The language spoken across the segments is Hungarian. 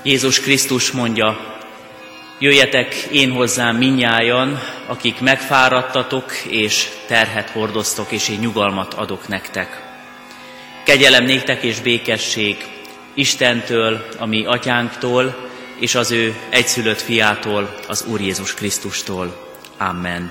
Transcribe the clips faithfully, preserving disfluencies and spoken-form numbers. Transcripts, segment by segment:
Jézus Krisztus mondja, jöjjetek én hozzám mindnyájan, akik megfáradtatok és terhet hordoztok, és én nyugalmat adok nektek. Kegyelem néktek és békesség Istentől, a mi atyánktól, és az ő egyszülött fiától, az Úr Jézus Krisztustól. Amen.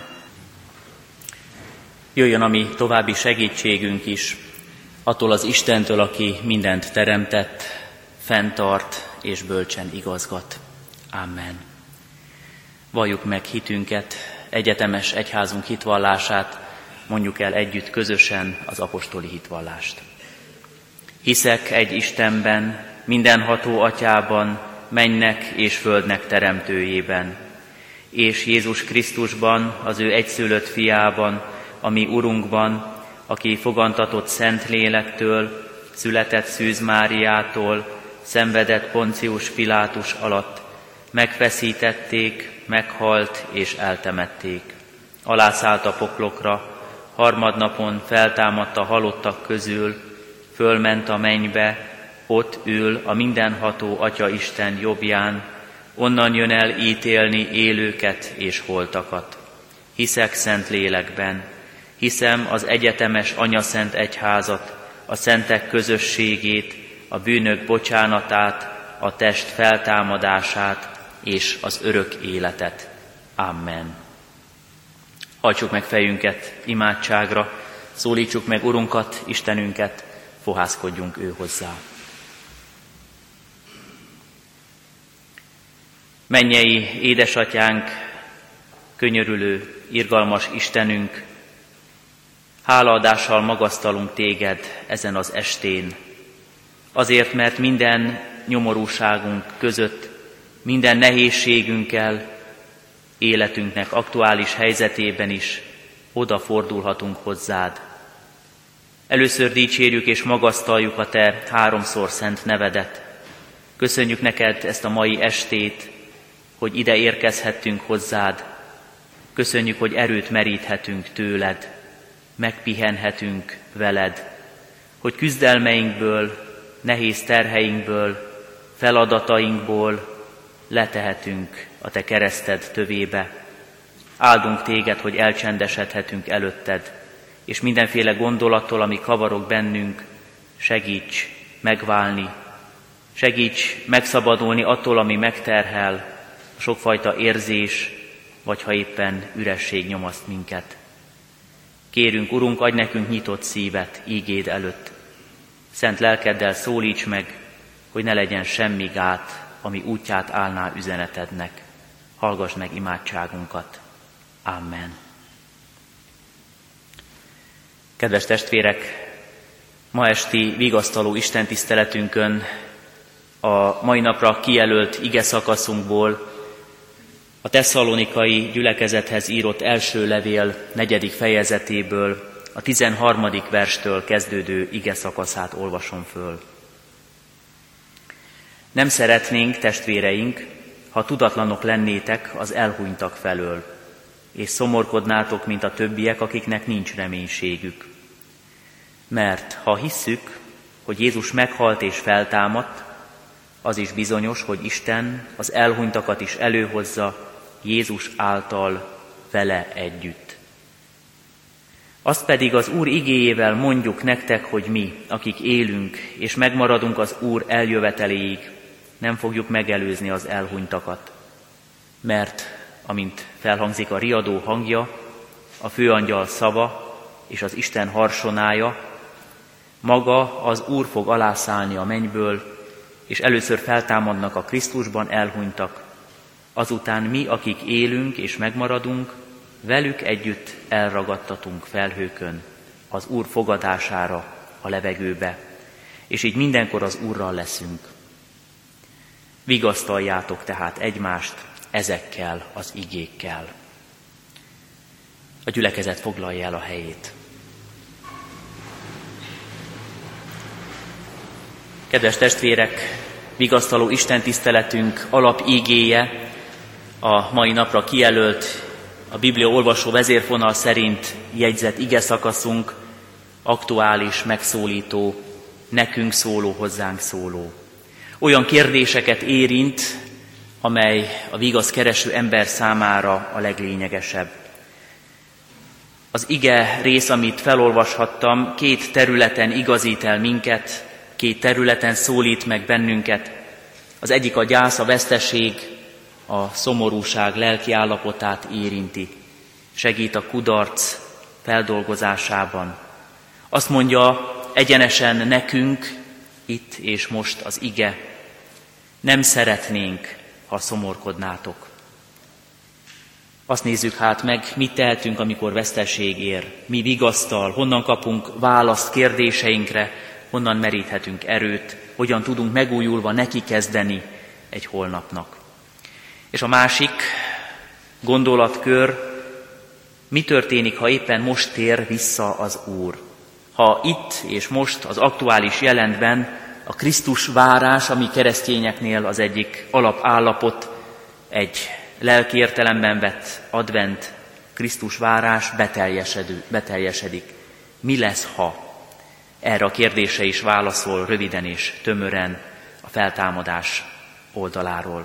Jöjjön a mi további segítségünk is, attól az Istentől, aki mindent teremtett, fenntart és bölcsen igazgat. Amen. Valljuk meg hitünket, egyetemes egyházunk hitvallását, mondjuk el együtt közösen az apostoli hitvallást. Hiszek egy Istenben, mindenható Atyában, mennek és földnek teremtőjében, és Jézus Krisztusban, az ő egyszülött fiában, a mi Urunkban, aki fogantatott Szentlélektől, született Szűz Máriától, szenvedett Poncius Pilátus alatt, megfeszítették, meghalt és eltemették. Alászállt a poklokra, harmadnapon feltámadt a halottak közül, fölment a mennybe, ott ül a mindenható Atya Isten jobbján, onnan jön el ítélni élőket és holtakat. Hiszek szent lélekben, hiszem az egyetemes anyaszent egyházat, a szentek közösségét, a bűnök bocsánatát, a test feltámadását és az örök életet. Amen. Hajtsuk meg fejünket imádságra, szólítsuk meg Urunkat, Istenünket, fohászkodjunk ő hozzá. Mennyei édesatyánk, könyörülő, irgalmas Istenünk, hálaadással magasztalunk téged ezen az estén, azért, mert minden nyomorúságunk között, minden nehézségünkkel, életünknek aktuális helyzetében is odafordulhatunk hozzád. Először dicsérjük és magasztaljuk a te háromszor szent nevedet. Köszönjük neked ezt a mai estét, hogy ide érkezhettünk hozzád. Köszönjük, hogy erőt meríthetünk tőled, megpihenhetünk veled, hogy küzdelmeinkből, nehéz terheinkből, feladatainkból letehetünk a te kereszted tövébe. Áldunk téged, hogy elcsendesedhetünk előtted, és mindenféle gondolattól, ami kavarog bennünk, segíts megválni, segíts megszabadulni attól, ami megterhel, sokfajta érzés, vagy ha éppen üresség nyomaszt minket. Kérünk, Urunk, adj nekünk nyitott szívet ígéd előtt. Szent lelkeddel szólíts meg, hogy ne legyen semmi gát, ami útját állná üzenetednek. Hallgass meg imádságunkat. Amen. Kedves testvérek, ma esti vigasztaló istentiszteletünkön a mai napra kijelölt ige szakaszunkból a tesszalonikai gyülekezethez írott első levél negyedik fejezetéből, a tizenharmadik verstől kezdődő ige szakaszát olvasom föl. Nem szeretnénk, testvéreink, ha tudatlanok lennétek az elhunytak felől, és szomorkodnátok, mint a többiek, akiknek nincs reménységük. Mert ha hisszük, hogy Jézus meghalt és feltámadt, az is bizonyos, hogy Isten az elhunytakat is előhozza Jézus által vele együtt. Azt pedig az Úr igéjével mondjuk nektek, hogy mi, akik élünk és megmaradunk az Úr eljöveteléig, nem fogjuk megelőzni az elhunytakat. Mert amint felhangzik a riadó hangja, a főangyal szava és az Isten harsonája, maga az Úr fog alászállni a mennyből, és először feltámadnak a Krisztusban elhunytak, azután mi, akik élünk és megmaradunk, velük együtt elragadtatunk felhőkön az Úr fogadására a levegőbe, és így mindenkor az Úrral leszünk. Vigasztaljátok tehát egymást ezekkel az igékkel. A gyülekezet foglalja el a helyét. Kedves testvérek, vigasztaló istentiszteletünk alapigéje a mai napra kijelölt, a Biblia olvasó vezérfonal szerint jegyzett ige szakaszunk, aktuális, megszólító, nekünk szóló, hozzánk szóló. Olyan kérdéseket érint, amely a vigaszt kereső ember számára a leglényegesebb. Az ige rész, amit felolvashattam, két területen igazít el minket, két területen szólít meg bennünket. Az egyik a gyász, a veszteség, a szomorúság lelki állapotát érinti. Segít a kudarc feldolgozásában. Azt mondja egyenesen nekünk, itt és most az ige, nem szeretnénk, ha szomorkodnátok. Azt nézzük hát meg, mit tehetünk, amikor veszteség ér. Mi vigasztal, honnan kapunk választ kérdéseinkre, honnan meríthetünk erőt, hogyan tudunk megújulva neki kezdeni egy holnapnak. És a másik gondolatkör, mi történik, ha éppen most tér vissza az Úr? Ha itt és most az aktuális jelentben a Krisztus várás, ami keresztényeknél az egyik alapállapot, egy lelki értelemben vett advent, Krisztus várás beteljesedik. Mi lesz, ha? Erre a kérdése is válaszol röviden és tömören a feltámadás oldaláról.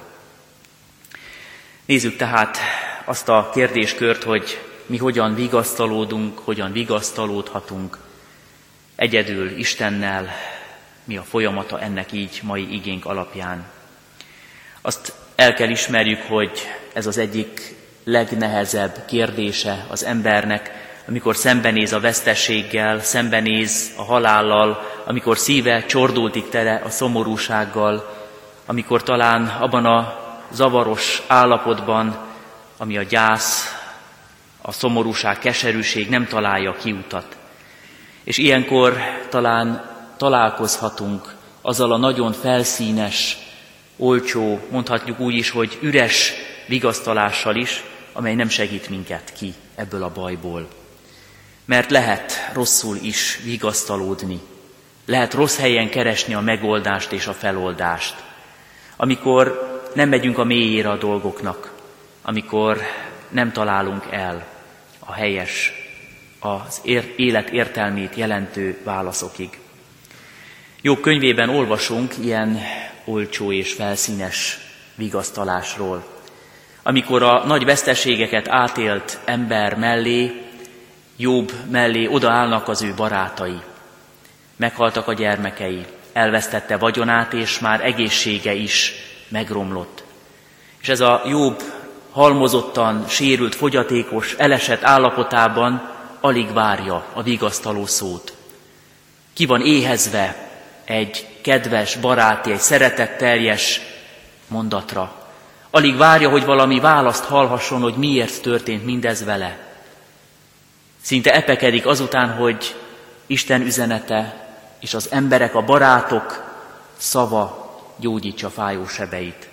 Nézzük tehát azt a kérdéskört, hogy mi hogyan vigasztalódunk, hogyan vigasztalódhatunk egyedül Istennel, mi a folyamata ennek így mai igénk alapján. Azt el kell ismerjük, hogy ez az egyik legnehezebb kérdése az embernek, amikor szembenéz a veszteséggel, szembenéz a halállal, amikor szíve csordultig tele a szomorúsággal, amikor talán abban a zavaros állapotban, ami a gyász, a szomorúság, keserűség nem találja kiutat. És ilyenkor talán találkozhatunk azzal a nagyon felszínes, olcsó, mondhatjuk úgy is, hogy üres vigasztalással is, amely nem segít minket ki ebből a bajból. Mert lehet rosszul is vigasztalódni, lehet rossz helyen keresni a megoldást és a feloldást, amikor nem megyünk a mélyére a dolgoknak, amikor nem találunk el a helyes, az élet értelmét jelentő válaszokig. Jobb könyvében olvasunk ilyen olcsó és felszínes vigasztalásról. Amikor a nagy veszteségeket átélt ember mellé, Jobb mellé odaállnak az ő barátai. Meghaltak a gyermekei, elvesztette vagyonát, és már egészsége is megromlott. És ez a Jobb halmozottan, sérült, fogyatékos, elesett állapotában alig várja a vigasztaló szót. Ki van éhezve egy kedves, baráti, egy szeretetteljes mondatra. Alig várja, hogy valami választ hallhasson, hogy miért történt mindez vele. Szinte epekedik azután, hogy Isten üzenete és az emberek, a barátok szava gyógyítsa fájó sebeit.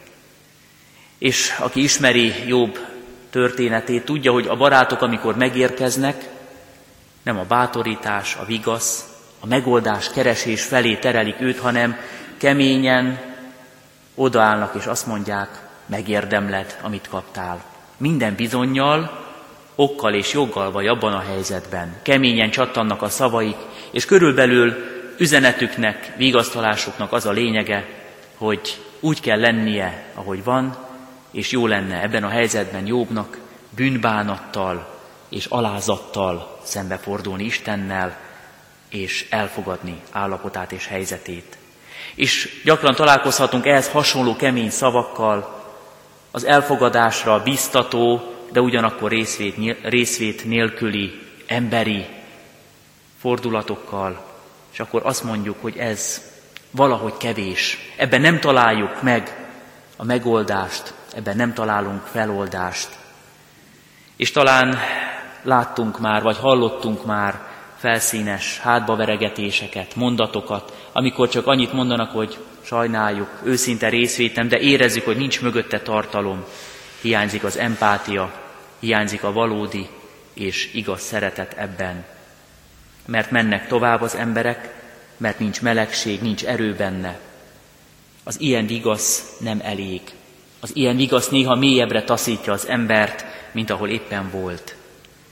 És aki ismeri Jobb történetét, tudja, hogy a barátok, amikor megérkeznek, nem a bátorítás, a vigasz, a megoldás keresés felé terelik őt, hanem keményen odaállnak és azt mondják, megérdemled, amit kaptál. Minden bizonnyal, okkal és joggal vagy abban a helyzetben. Keményen csattannak a szavaik, és körülbelül üzenetüknek, vigasztalásuknak az a lényege, hogy úgy kell lennie, ahogy van, és jó lenne ebben a helyzetben Jobbnak bűnbánattal és alázattal szembefordulni Istennel, és elfogadni állapotát és helyzetét. És gyakran találkozhatunk ehhez hasonló kemény szavakkal, az elfogadásra biztató, de ugyanakkor részvét, részvét nélküli emberi fordulatokkal, és akkor azt mondjuk, hogy ez valahogy kevés. Ebben nem találjuk meg a megoldást, ebben nem találunk feloldást. És talán láttunk már, vagy hallottunk már felszínes hátbaveregetéseket, mondatokat, amikor csak annyit mondanak, hogy sajnáljuk, őszinte részvétem, de érezzük, hogy nincs mögötte tartalom, hiányzik az empátia, hiányzik a valódi és igaz szeretet ebben. Mert mennek tovább az emberek, mert nincs melegség, nincs erő benne. Az ilyen vigasz nem elég. Az ilyen vigasz néha mélyebbre taszítja az embert, mint ahol éppen volt.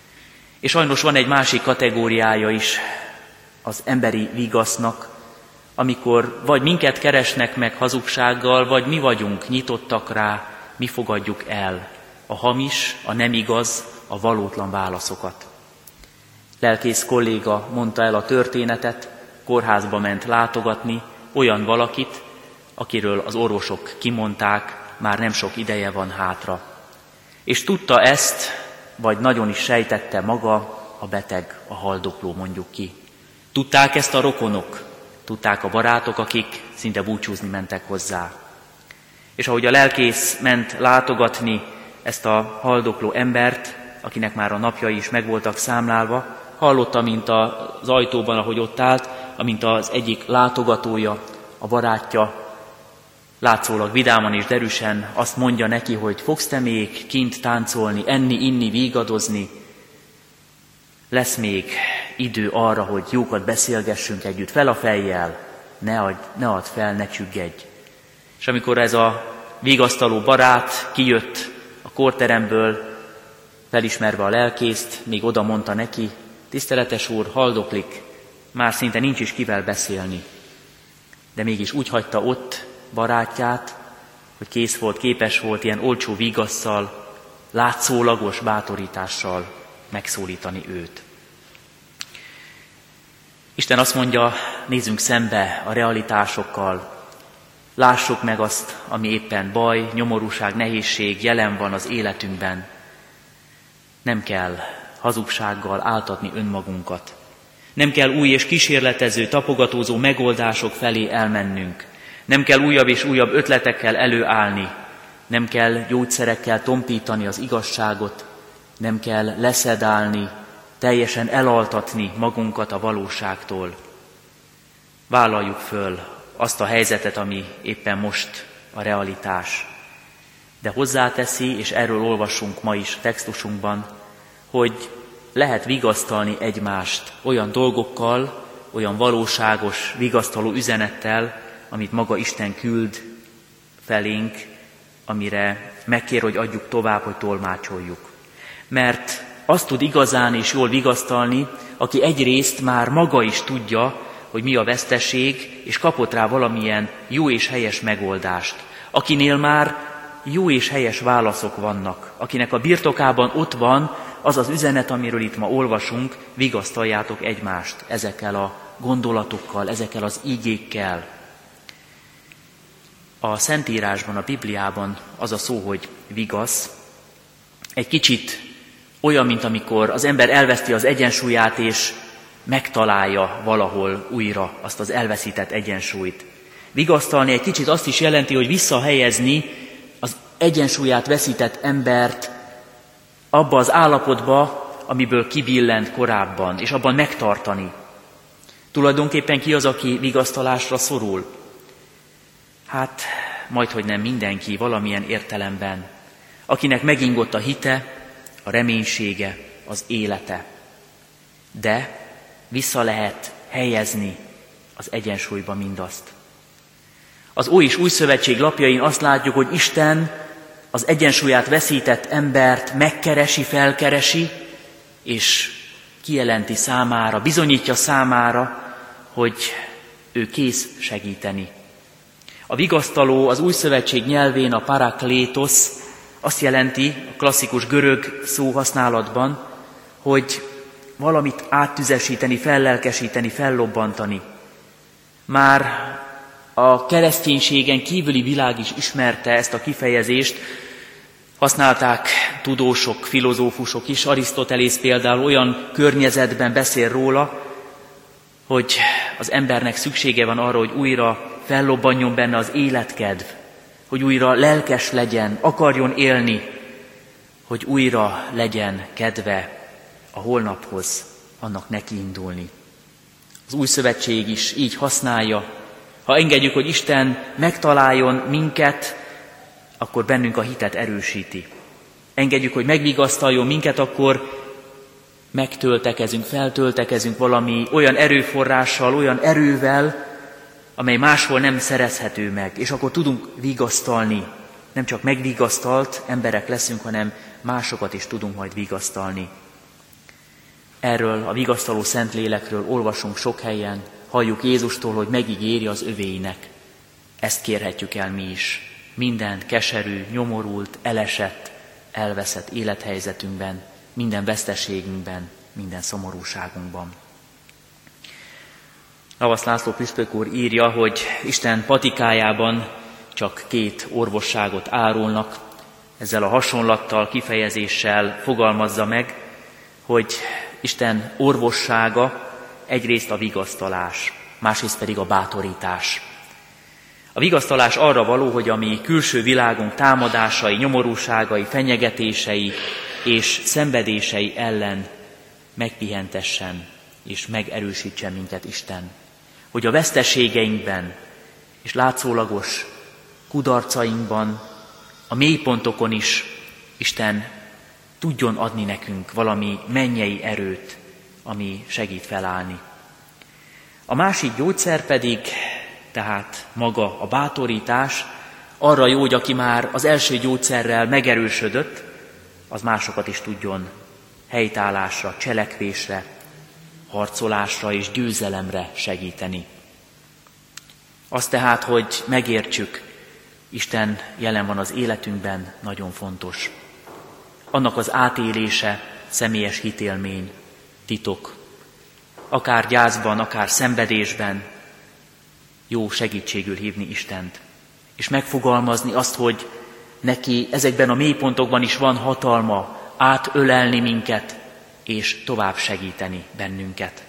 És sajnos van egy másik kategóriája is az emberi vigasznak, amikor vagy minket keresnek meg hazugsággal, vagy mi vagyunk nyitottak rá, mi fogadjuk el a hamis, a nem igaz, a valótlan válaszokat. Lelkész kolléga mondta el a történetet, kórházba ment látogatni olyan valakit, akiről az orvosok kimondták, már nem sok ideje van hátra. És tudta ezt, vagy nagyon is sejtette maga a beteg, a haldokló, mondjuk ki. Tudták ezt a rokonok, tudták a barátok, akik szinte búcsúzni mentek hozzá. És ahogy a lelkész ment látogatni ezt a haldokló embert, akinek már a napjai is meg voltak számlálva, hallotta, mint az ajtóban, ahogy ott állt, amint az egyik látogatója, a barátja, látszólag vidáman és derűsen azt mondja neki, hogy fogsz te még kint táncolni, enni, inni, vígadozni, lesz még idő arra, hogy jókat beszélgessünk együtt, fel a fejjel, ne adj, ne add fel, ne csüggedj. És amikor ez a vigasztaló barát kijött a kórteremből, felismerve a lelkészt, még oda mondta neki, tiszteletes úr, haldoklik, már szinte nincs is kivel beszélni. De mégis úgy hagyta ott barátját, hogy kész volt, képes volt ilyen olcsó vigasszal, látszólagos bátorítással megszólítani őt. Isten azt mondja, nézzünk szembe a realitásokkal, lássuk meg azt, ami éppen baj, nyomorúság, nehézség jelen van az életünkben. Nem kell hazugsággal áltatni önmagunkat. Nem kell új és kísérletező, tapogatózó megoldások felé elmennünk. Nem kell újabb és újabb ötletekkel előállni. Nem kell gyógyszerekkel tompítani az igazságot. Nem kell leszedálni, teljesen elaltatni magunkat a valóságtól. Vállaljuk föl azt a helyzetet, ami éppen most a realitás. De hozzáteszi, és erről olvasunk ma is textusunkban, hogy lehet vigasztalni egymást olyan dolgokkal, olyan valóságos, vigasztaló üzenettel, amit maga Isten küld felénk, amire megkér, hogy adjuk tovább, hogy tolmácsoljuk. Mert azt tud igazán és jól vigasztalni, aki egyrészt már maga is tudja, hogy mi a veszteség, és kapott rá valamilyen jó és helyes megoldást. Akinél már jó és helyes válaszok vannak, akinek a birtokában ott van az az üzenet, amiről itt ma olvasunk, vigasztaljátok egymást ezekkel a gondolatokkal, ezekkel az ígékkel. A Szentírásban, a Bibliában az a szó, hogy vigasz, egy kicsit olyan, mint amikor az ember elveszti az egyensúlyát, és megtalálja valahol újra azt az elveszített egyensúlyt. Vigasztalni egy kicsit azt is jelenti, hogy visszahelyezni az egyensúlyát veszített embert abba az állapotba, amiből kibillent korábban, és abban megtartani. Tulajdonképpen ki az, aki vigasztalásra szorul? Hát, majdhogy nem mindenki valamilyen értelemben, akinek megingott a hite, a reménysége, az élete. De vissza lehet helyezni az egyensúlyba mindazt. Az Ói és Új Szövetség lapjain azt látjuk, hogy Isten az egyensúlyát veszített embert megkeresi, felkeresi, és kijelenti számára, bizonyítja számára, hogy ő kész segíteni. A vigasztaló az Új Szövetség nyelvén a paraklétos azt jelenti a klasszikus görög szóhasználatban, hogy valamit áttüzesíteni, fellelkesíteni, fellobbantani. Már a kereszténységen kívüli világ is ismerte ezt a kifejezést, használták tudósok, filozófusok is, Arisztotelész például olyan környezetben beszél róla, hogy az embernek szüksége van arra, hogy újra fellobbanjon benne az életkedv, hogy újra lelkes legyen, akarjon élni, hogy újra legyen kedve a holnaphoz, annak nekiindulni. Az Új Szövetség is így használja. Ha engedjük, hogy Isten megtaláljon minket, akkor bennünk a hitet erősíti. Engedjük, hogy megvigasztaljon minket, akkor megtöltekezünk, feltöltekezünk valami olyan erőforrással, olyan erővel, amely máshol nem szerezhető meg, és akkor tudunk vigasztalni. Nem csak megvigasztalt emberek leszünk, hanem másokat is tudunk majd vigasztalni. Erről a vigasztaló Szentlélekről olvasunk sok helyen, halljuk Jézustól, hogy megígéri az övéinek. Ezt kérhetjük el mi is. Minden keserű, nyomorult, elesett, elveszett élethelyzetünkben, minden veszteségünkben, minden szomorúságunkban. Navasz László püspök úr írja, hogy Isten patikájában csak két orvosságot árulnak. Ezzel a hasonlattal, kifejezéssel fogalmazza meg, hogy Isten orvossága egyrészt a vigasztalás, másrészt pedig a bátorítás. A vigasztalás arra való, hogy a mi külső világunk támadásai, nyomorúságai, fenyegetései és szenvedései ellen megpihentessen és megerősítsen minket Isten. Hogy a veszteségeinkben és látszólagos kudarcainkban, a mélypontokon is Isten tudjon adni nekünk valami mennyei erőt, ami segít felállni. A másik gyógyszer pedig, tehát maga a bátorítás, arra jó, hogy aki már az első gyógyszerrel megerősödött, az másokat is tudjon helytállásra, cselekvésre, harcolásra és győzelemre segíteni. Az tehát, hogy megértsük, Isten jelen van az életünkben, nagyon fontos. Annak az átélése személyes hitélmény, titok. Akár gyászban, akár szenvedésben jó segítségül hívni Istent. És megfogalmazni azt, hogy neki ezekben a mélypontokban is van hatalma átölelni minket, és tovább segíteni bennünket.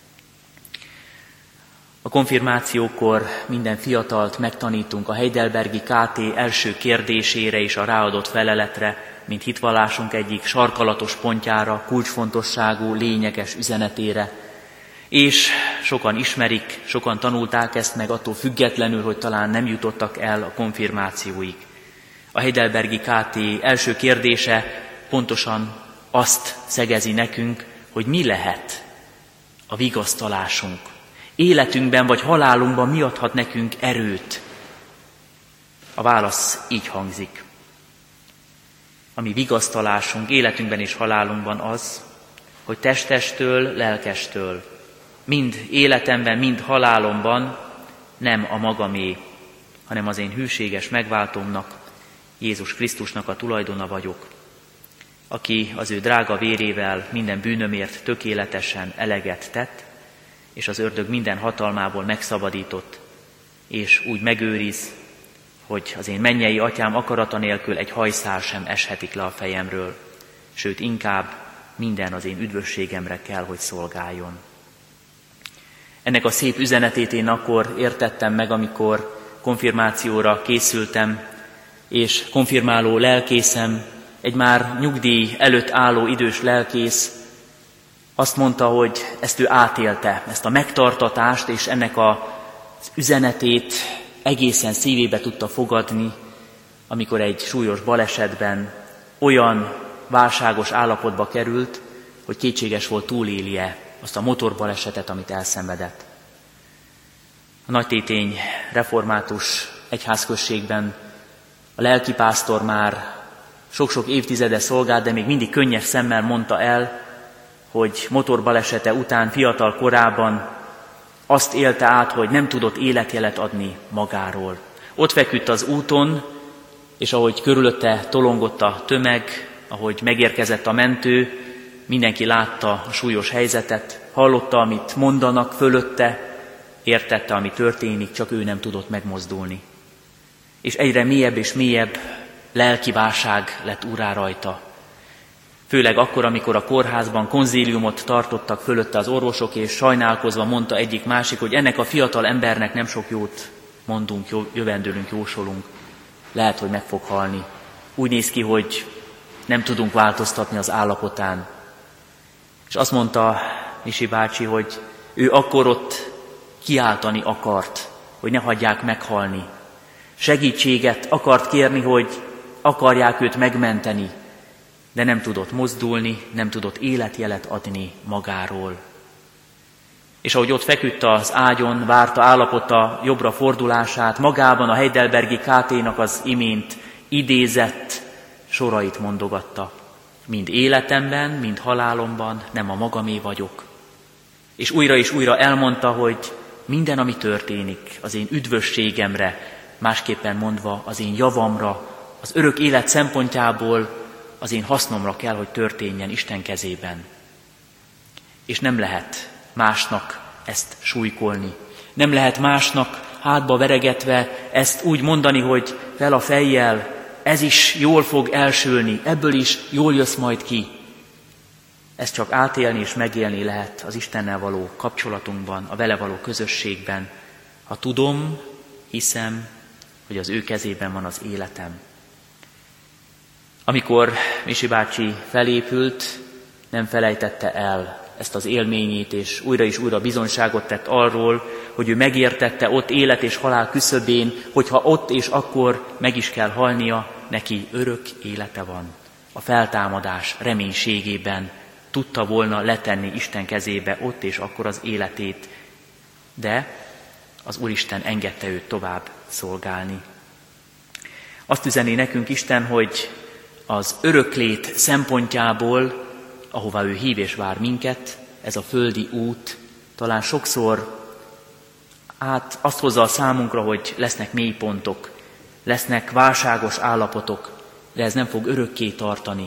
A konfirmációkor minden fiatalt megtanítunk a Heidelbergi ká té első kérdésére és a ráadott feleletre, mint hitvallásunk egyik sarkalatos pontjára, kulcsfontosságú, lényeges üzenetére. És sokan ismerik, sokan tanulták ezt meg attól függetlenül, hogy talán nem jutottak el a konfirmációig. A Heidelbergi ká té első kérdése pontosan azt szegezi nekünk, hogy mi lehet a vigasztalásunk. Életünkben vagy halálunkban mi adhat nekünk erőt? A válasz így hangzik. A mi vigasztalásunk életünkben és halálunkban az, hogy testestől, lelkestől, mind életemben, mind halálomban nem a magamé, hanem az én hűséges megváltómnak, Jézus Krisztusnak a tulajdona vagyok, aki az ő drága vérével minden bűnömért tökéletesen eleget tett, és az ördög minden hatalmából megszabadított, és úgy megőriz, hogy az én mennyei atyám akarata nélkül egy hajszál sem eshetik le a fejemről, sőt inkább minden az én üdvösségemre kell, hogy szolgáljon. Ennek a szép üzenetét én akkor értettem meg, amikor konfirmációra készültem, és konfirmáló lelkészem, egy már nyugdíj előtt álló idős lelkész azt mondta, hogy ezt ő átélte, ezt a megtartatást, és ennek az üzenetét egészen szívébe tudta fogadni, amikor egy súlyos balesetben olyan válságos állapotba került, hogy kétséges volt túlélje azt a motorbalesetet, amit elszenvedett. A Nagytétény református egyházközségben a lelkipásztor már sok-sok évtizede szolgált, de még mindig könnyes szemmel mondta el, hogy motorbalesete után fiatal korában azt élte át, hogy nem tudott életjelet adni magáról. Ott feküdt az úton, és ahogy körülötte tolongott a tömeg, ahogy megérkezett a mentő, mindenki látta a súlyos helyzetet, hallotta, amit mondanak fölötte, értette, ami történik, csak ő nem tudott megmozdulni. És egyre mélyebb és mélyebb lelki válság lett úrrá rajta. Főleg akkor, amikor a kórházban konzíliumot tartottak fölötte az orvosok, és sajnálkozva mondta egyik másik, hogy ennek a fiatal embernek nem sok jót mondunk, jövendőlünk, jósolunk. Lehet, hogy meg fog halni. Úgy néz ki, hogy nem tudunk változtatni az állapotán. És azt mondta Misi bácsi, hogy ő akkor ott kiáltani akart, hogy ne hagyják meghalni. Segítséget akart kérni, hogy akarják őt megmenteni, de nem tudott mozdulni, nem tudott életjelet adni magáról. És ahogy ott feküdt az ágyon, várta állapota jobbra fordulását, magában a Heidelbergi ká té-nak az imént idézett sorait mondogatta. Mind életemben, mind halálomban nem a magamé vagyok. És újra és újra elmondta, hogy minden, ami történik, az én üdvösségemre, másképpen mondva az én javamra, az örök élet szempontjából az én hasznomra kell, hogy történjen Isten kezében. És nem lehet másnak ezt súlykolni. Nem lehet másnak hátba veregetve ezt úgy mondani, hogy fel a fejjel, ez is jól fog elsülni, ebből is jól jössz majd ki. Ezt csak átélni és megélni lehet az Istennel való kapcsolatunkban, a vele való közösségben. Ha tudom, hiszem, hogy az ő kezében van az életem. Amikor Misi bácsi felépült, nem felejtette el ezt az élményét, és újra és újra bizonyságot tett arról, hogy ő megértette ott élet és halál küszöbén, hogyha ott és akkor meg is kell halnia, neki örök élete van. A feltámadás reménységében tudta volna letenni Isten kezébe ott és akkor az életét, de az Úristen engedte őt tovább szolgálni. Azt üzeni nekünk Isten, hogy az öröklét szempontjából, ahová ő hív és vár minket, ez a földi út talán sokszor át azt hozza a számunkra, hogy lesznek mélypontok, lesznek válságos állapotok, de ez nem fog örökké tartani.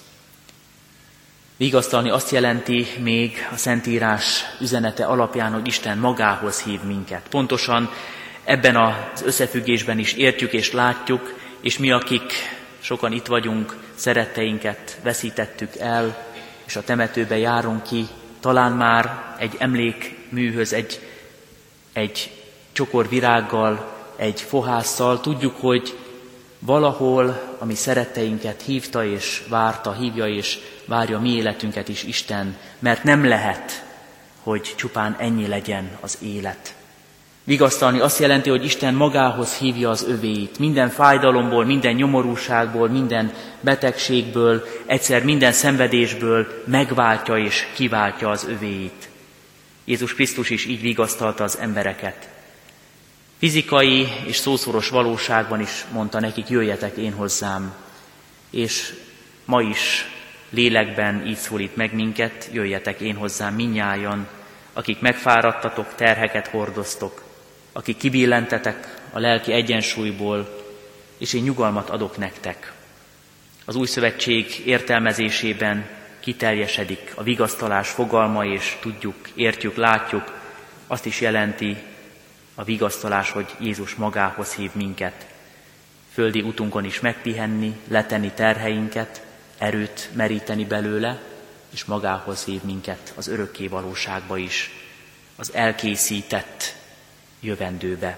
Vigasztalni azt jelenti még a Szentírás üzenete alapján, hogy Isten magához hív minket. Pontosan ebben az összefüggésben is értjük és látjuk, és mi, akik sokan itt vagyunk, szeretteinket veszítettük el, és a temetőbe járunk ki, talán már egy emlékműhöz, egy, egy csokor virággal, egy fohásszal, tudjuk, hogy valahol, ami szeretteinket hívta és várta, hívja és várja mi életünket is Isten, mert nem lehet, hogy csupán ennyi legyen az élet. Vigasztalni azt jelenti, hogy Isten magához hívja az övéit, minden fájdalomból, minden nyomorúságból, minden betegségből, egyszer minden szenvedésből megváltja és kiváltja az övéit. Jézus Krisztus is így vigasztalta az embereket. Fizikai és szószoros valóságban is mondta nekik, jöjjetek én hozzám, és ma is lélekben így szólít meg minket, jöjjetek én hozzám mindnyájan, akik megfáradtatok, terheket hordoztok, akik kibillentetek a lelki egyensúlyból, és én nyugalmat adok nektek. Az új szövetség értelmezésében kiteljesedik a vigasztalás fogalma, és tudjuk, értjük, látjuk, azt is jelenti a vigasztalás, hogy Jézus magához hív minket. Földi utunkon is megpihenni, letenni terheinket, erőt meríteni belőle, és magához hív minket az örökké valóságba is, az elkészített jövendőbe.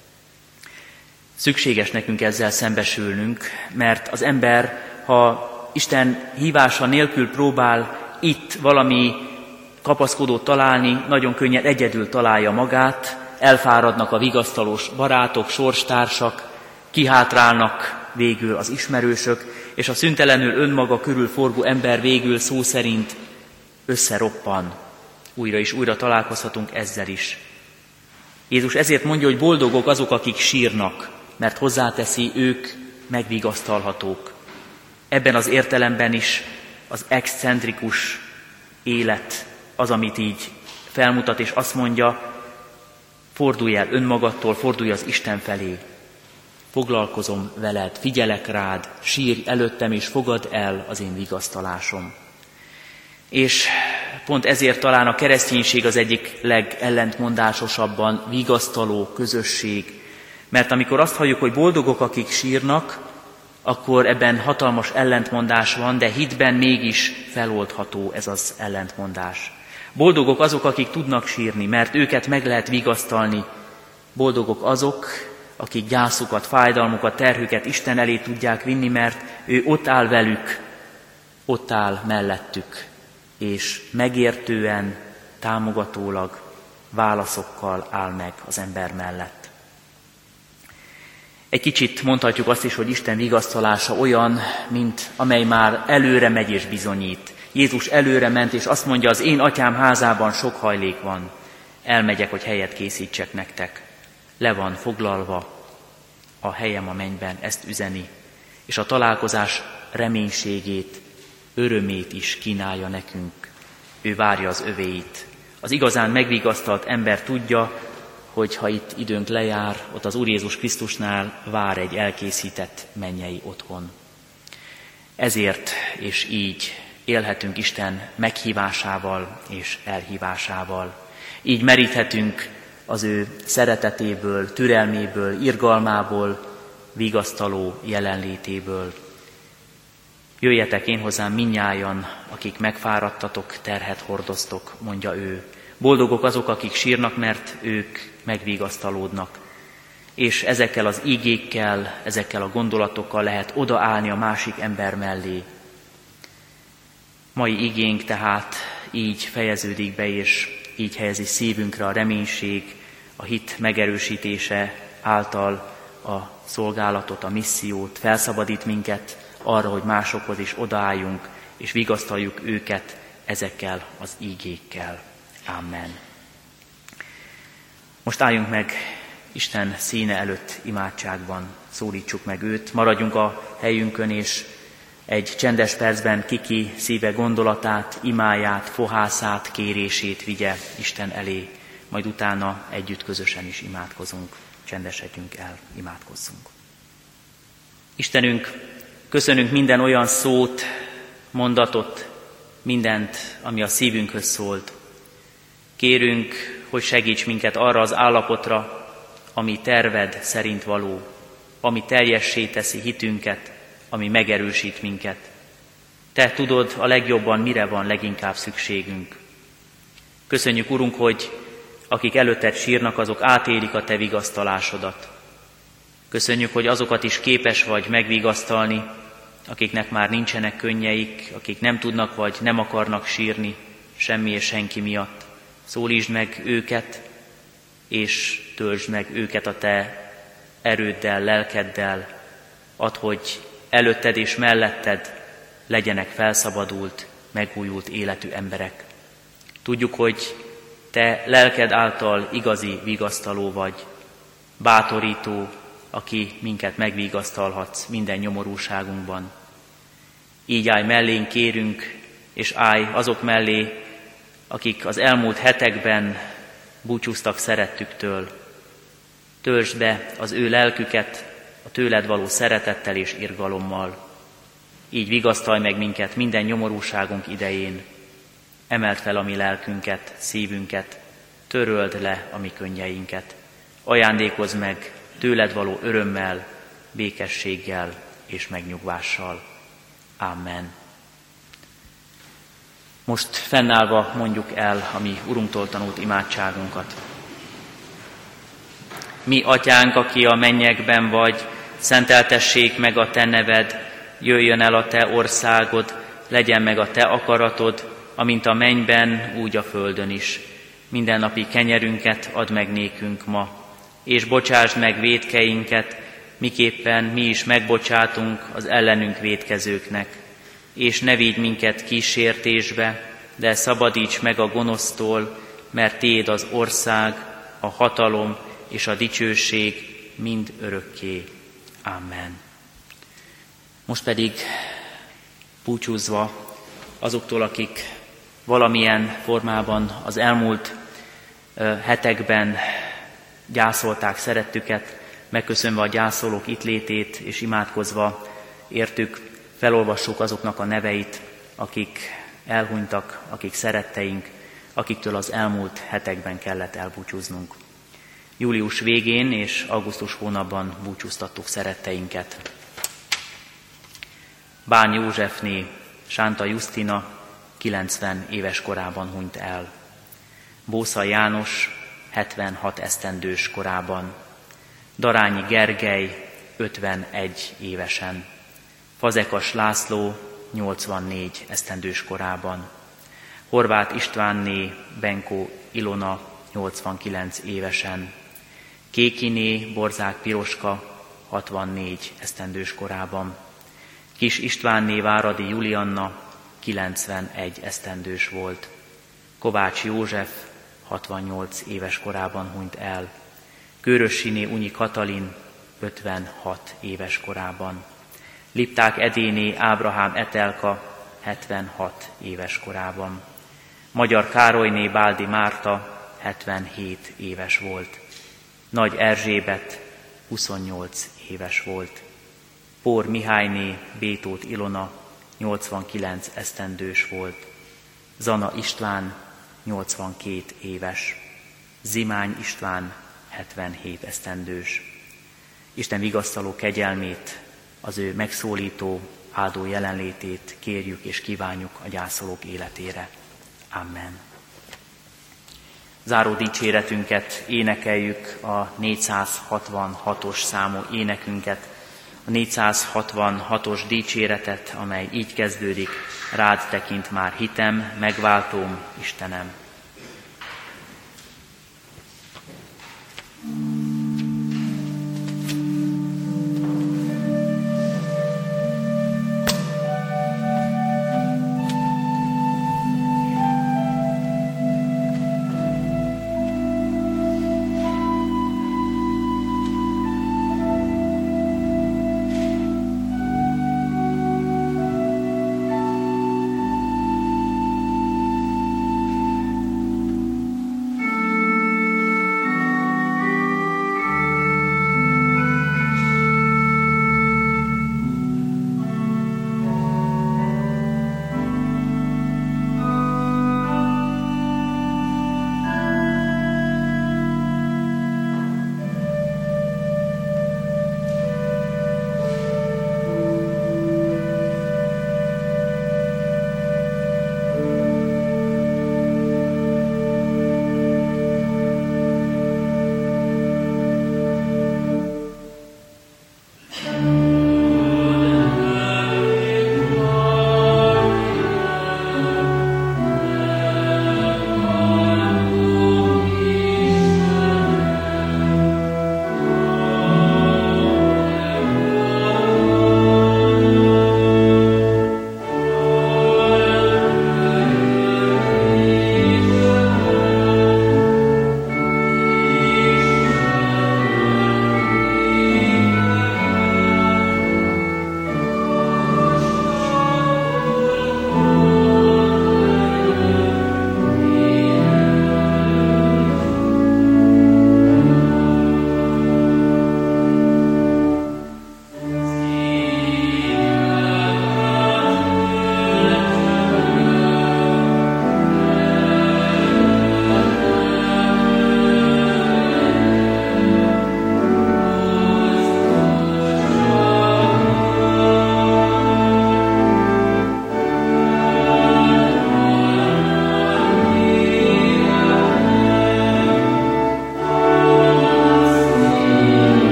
Szükséges nekünk ezzel szembesülnünk, mert az ember, ha Isten hívása nélkül próbál itt valami kapaszkodót találni, nagyon könnyen egyedül találja magát, elfáradnak a vigasztalós barátok, sorstársak, kihátrálnak végül az ismerősök, és a szüntelenül önmaga körül forgó ember végül szó szerint összeroppan. Újra és újra találkozhatunk ezzel is. Jézus ezért mondja, hogy boldogok azok, akik sírnak, mert hozzáteszi, ők megvigasztalhatók. Ebben az értelemben is az excentrikus élet az, amit így felmutat, és azt mondja, fordulj el önmagadtól, fordulj az Isten felé. Foglalkozom veled, figyelek rád, sírj előttem, és fogad el az én vigasztalásom. És pont ezért talán a kereszténység az egyik legellentmondásosabban vigasztaló közösség. Mert amikor azt halljuk, hogy boldogok, akik sírnak, akkor ebben hatalmas ellentmondás van, de hitben mégis feloldható ez az ellentmondás. Boldogok azok, akik tudnak sírni, mert őket meg lehet vigasztalni. Boldogok azok, akik gyászukat, fájdalmukat, terhüket Isten elé tudják vinni, mert ő ott áll velük, ott áll mellettük, és megértően, támogatólag, válaszokkal áll meg az ember mellett. Egy kicsit mondhatjuk azt is, hogy Isten vigasztalása olyan, mint amely már előre megy és bizonyít. Jézus előre ment, és azt mondja, az én atyám házában sok hajlék van. Elmegyek, hogy helyet készítsek nektek. Le van foglalva a helyem a mennyben, ezt üzeni. És a találkozás reménységét, örömét is kínálja nekünk. Ő várja az övéit. Az igazán megvigasztalt ember tudja, hogy ha itt időnk lejár, ott az Úr Jézus Krisztusnál vár egy elkészített mennyei otthon. Ezért és így élhetünk Isten meghívásával és elhívásával. Így meríthetünk az ő szeretetéből, türelméből, irgalmából, vigasztaló jelenlétéből. Jöjjetek én hozzám mindnyájan, akik megfáradtatok, terhet hordoztok, mondja ő. Boldogok azok, akik sírnak, mert ők megvigasztalódnak. És ezekkel az ígékkel, ezekkel a gondolatokkal lehet odaállni a másik ember mellé. Mai igénk tehát így fejeződik be, és így helyezi szívünkre a reménység, a hit megerősítése által a szolgálatot, a missziót, felszabadít minket arra, hogy másokhoz is odaálljunk, és vigasztaljuk őket ezekkel az ígékkel. Amen. Most álljunk meg Isten színe előtt imádságban, szólítsuk meg őt, maradjunk a helyünkön, és egy csendes percben kiki szíve gondolatát, imáját, fohászát, kérését vigye Isten elé, majd utána együtt közösen is imádkozunk. Csendesedjünk el, imádkozzunk. Istenünk, köszönünk minden olyan szót, mondatot, mindent, ami a szívünkhöz szólt. Kérünk, hogy segíts minket arra az állapotra, ami terved szerint való, ami teljessé teszi hitünket, ami megerősít minket. Te tudod a legjobban, mire van leginkább szükségünk. Köszönjük, Urunk, hogy akik előtted sírnak, azok átélik a Te vigasztalásodat. Köszönjük, hogy azokat is képes vagy megvigasztalni, akiknek már nincsenek könnyeik, akik nem tudnak vagy nem akarnak sírni semmi és senki miatt. Szólítsd meg őket, és töltsd meg őket a Te erőddel, lelkeddel. Add, hogy előtted és melletted legyenek felszabadult, megújult életű emberek. Tudjuk, hogy Te lelked által igazi vigasztaló vagy, bátorító, aki minket megvigasztalhatsz minden nyomorúságunkban. Így állj mellénk, kérünk, és állj azok mellé, akik az elmúlt hetekben búcsúztak szerettüktől. Töltsd be az ő lelküket a tőled való szeretettel és irgalommal. Így vigasztalj meg minket minden nyomorúságunk idején. Emeld fel a mi lelkünket, szívünket, töröld le a mi könnyeinket. Ajándékozz meg tőled való örömmel, békességgel és megnyugvással. Amen. Most fennállva mondjuk el a mi Urunktól tanult imádságunkat. Mi, Atyánk, aki a mennyekben vagy, szenteltessék meg a Te neved, jöjjön el a Te országod, legyen meg a Te akaratod, amint a mennyben, úgy a földön is. Mindennapi kenyerünket add meg nékünk ma, és bocsásd meg vétkeinket, miképpen mi is megbocsátunk az ellenünk vétkezőknek. És ne vigy minket kísértésbe, de szabadíts meg a gonosztól, mert Tiéd az ország, a hatalom és a dicsőség mind örökké. Amen. Most pedig búcsúzva azoktól, akik valamilyen formában az elmúlt hetekben gyászolták szerettüket, megköszönve a gyászolók itt létét és imádkozva értük, felolvassuk azoknak a neveit, akik elhunytak, akik szeretteink, akiktől az elmúlt hetekben kellett elbúcsúznunk. Július végén és augusztus hónapban búcsúztattuk szeretteinket. Bán Józsefné Sánta Jusztina kilencven éves korában hunyt el. Bósza János hetvenhat esztendős korában. Darányi Gergely ötvenegy évesen. Fazekas László nyolcvannégy esztendős korában. Horváth Istvánné Benkó Ilona nyolcvankilenc évesen. Kékiné Borzák Piroska hatvannégy esztendős korában. Kis Istvánné Váradi Julianna kilencvenegy esztendős volt. Kovács József hatvannyolc éves korában hunyt el. Kőrössiné Unyi Katalin ötvenhat éves korában. Lipták Edéné Ábrahám Etelka hetvenhat éves korában. Magyar Károlyné Báldi Márta hetvenhét éves volt. Nagy Erzsébet huszonnyolc éves volt. Pór Mihályné Bétót Ilona nyolcvankilenc esztendős volt. Zana István nyolcvankét éves. Zimány István hetvenhét esztendős. Isten vigasztaló kegyelmét, az ő megszólító, áldó jelenlétét kérjük és kívánjuk a gyászolók életére. Amen. Záró dicséretünket énekeljük, a négyszázhatvanhatos számú énekünket, a négyszázhatvanhatos dicséretet, amely így kezdődik: rád tekint már hitem, megváltóm, Istenem.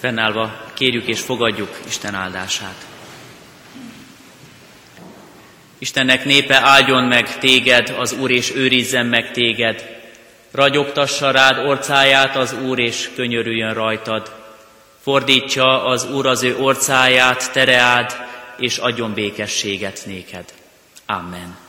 Fennállva kérjük és fogadjuk Isten áldását. Istennek népe, áldjon meg téged az Úr, és őrizzen meg téged. Ragyogtassa rád orcáját az Úr, és könyörüljön rajtad. Fordítsa az Úr az ő orcáját tereád, és adjon békességet néked. Amen.